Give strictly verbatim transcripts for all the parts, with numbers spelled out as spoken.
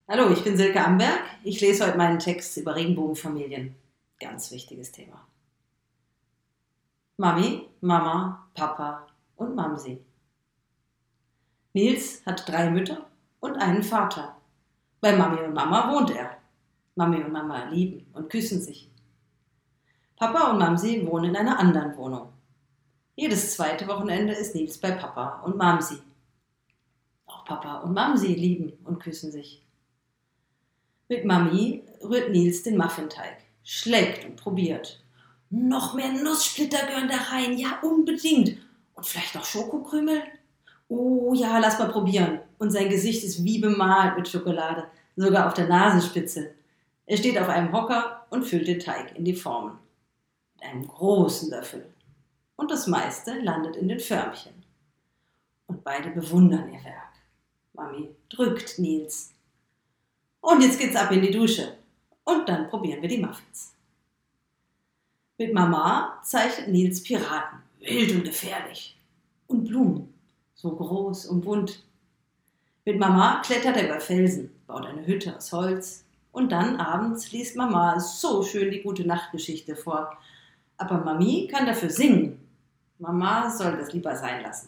Hallo, ich bin Silke Amberg. Ich lese heute meinen Text über Regenbogenfamilien. Ganz wichtiges Thema. Mami, Mama, Papa und Mamsi. Nils hat drei Mütter und einen Vater. Bei Mami und Mama wohnt er. Mami und Mama lieben und küssen sich. Papa und Mamsi wohnen in einer anderen Wohnung. Jedes zweite Wochenende ist Nils bei Papa und Mamsi. Auch Papa und Mamsi lieben und küssen sich. Mit Mami rührt Nils den Muffinteig, schlägt und probiert. Noch mehr Nusssplitter gehören da rein, ja unbedingt. Und vielleicht noch Schokokrümel? Oh ja, lass mal probieren. Und sein Gesicht ist wie bemalt mit Schokolade, sogar auf der Nasenspitze. Er steht auf einem Hocker und füllt den Teig in die Formen. Mit einem großen Löffel. Und das meiste landet in den Förmchen. Und beide bewundern ihr Werk. Mami drückt Nils. Und jetzt geht's ab in die Dusche. Und dann probieren wir die Muffins. Mit Mama zeichnet Nils Piraten, wild und gefährlich. Und Blumen, so groß und bunt. Mit Mama klettert er über Felsen, baut eine Hütte aus Holz. Und dann abends liest Mama so schön die Gute-Nacht-Geschichte vor. Aber Mami kann dafür singen. Mama soll das lieber sein lassen.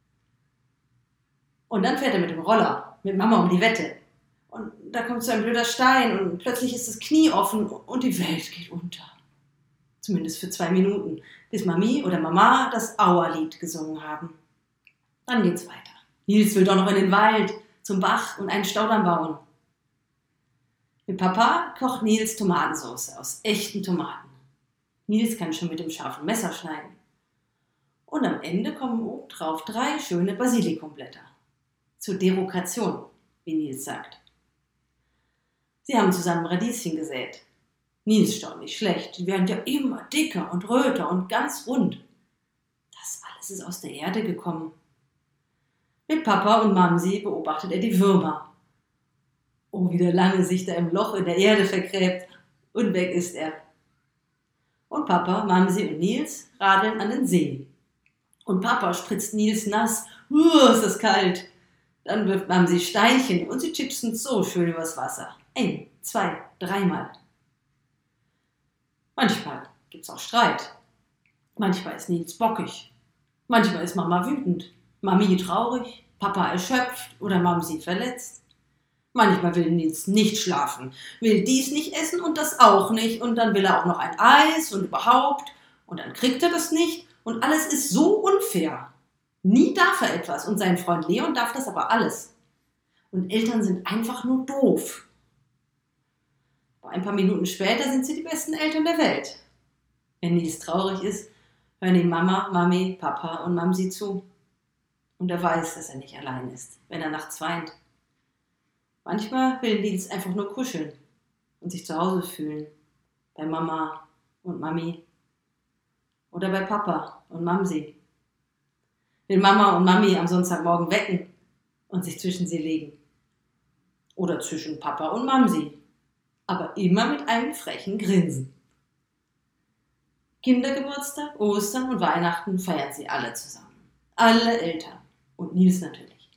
Und dann fährt er mit dem Roller, mit Mama um die Wette. Und da kommt so ein blöder Stein und plötzlich ist das Knie offen und die Welt geht unter. Zumindest für zwei Minuten, bis Mami oder Mama das Aua-Lied gesungen haben. Dann geht's weiter. Nils will doch noch in den Wald, zum Bach und einen Staudamm bauen. Mit Papa kocht Nils Tomatensauce aus echten Tomaten. Nils kann schon mit dem scharfen Messer schneiden. Und am Ende kommen obendrauf drei schöne Basilikumblätter. Zur Dekoration, wie Nils sagt. Sie haben zusammen Radieschen gesät. Nils staunt nicht schlecht, die werden ja immer dicker und röter und ganz rund. Das alles ist aus der Erde gekommen. Mit Papa und Mamsi beobachtet er die Würmer. Oh, wie der lange sich da im Loch in der Erde vergräbt und weg ist er. Und Papa, Mamsi und Nils radeln an den See. Und Papa spritzt Nils nass. Uh, ist das kalt. Dann wirft Mamsi Steinchen und sie chipsen so schön übers Wasser. Ein, zwei, dreimal. Manchmal gibt's auch Streit. Manchmal ist Nils bockig. Manchmal ist Mama wütend. Mami traurig, Papa erschöpft oder Mamsi verletzt. Manchmal will Nils nicht schlafen, will dies nicht essen und das auch nicht. Und dann will er auch noch ein Eis und überhaupt. Und dann kriegt er das nicht. Und alles ist so unfair. Nie darf er etwas und sein Freund Leon darf das aber alles. Und Eltern sind einfach nur doof. Aber ein paar Minuten später sind sie die besten Eltern der Welt. Wenn Nils traurig ist, hören ihm Mama, Mami, Papa und Mamsi zu. Und er weiß, dass er nicht allein ist, wenn er nachts weint. Manchmal will Nils einfach nur kuscheln und sich zu Hause fühlen. Bei Mama und Mami. Oder bei Papa und Mamsi. Will Mama und Mami am Sonntagmorgen wecken und sich zwischen sie legen. Oder zwischen Papa und Mamsi. Aber immer mit einem frechen Grinsen. Kindergeburtstag, Ostern und Weihnachten feiern sie alle zusammen. Alle Eltern. Und Nils natürlich.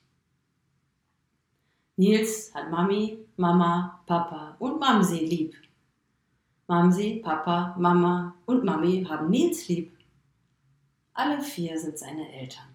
Nils hat Mami, Mama, Papa und Mamsi lieb. Mamsi, Papa, Mama und Mami haben Nils lieb. Alle vier sind seine Eltern.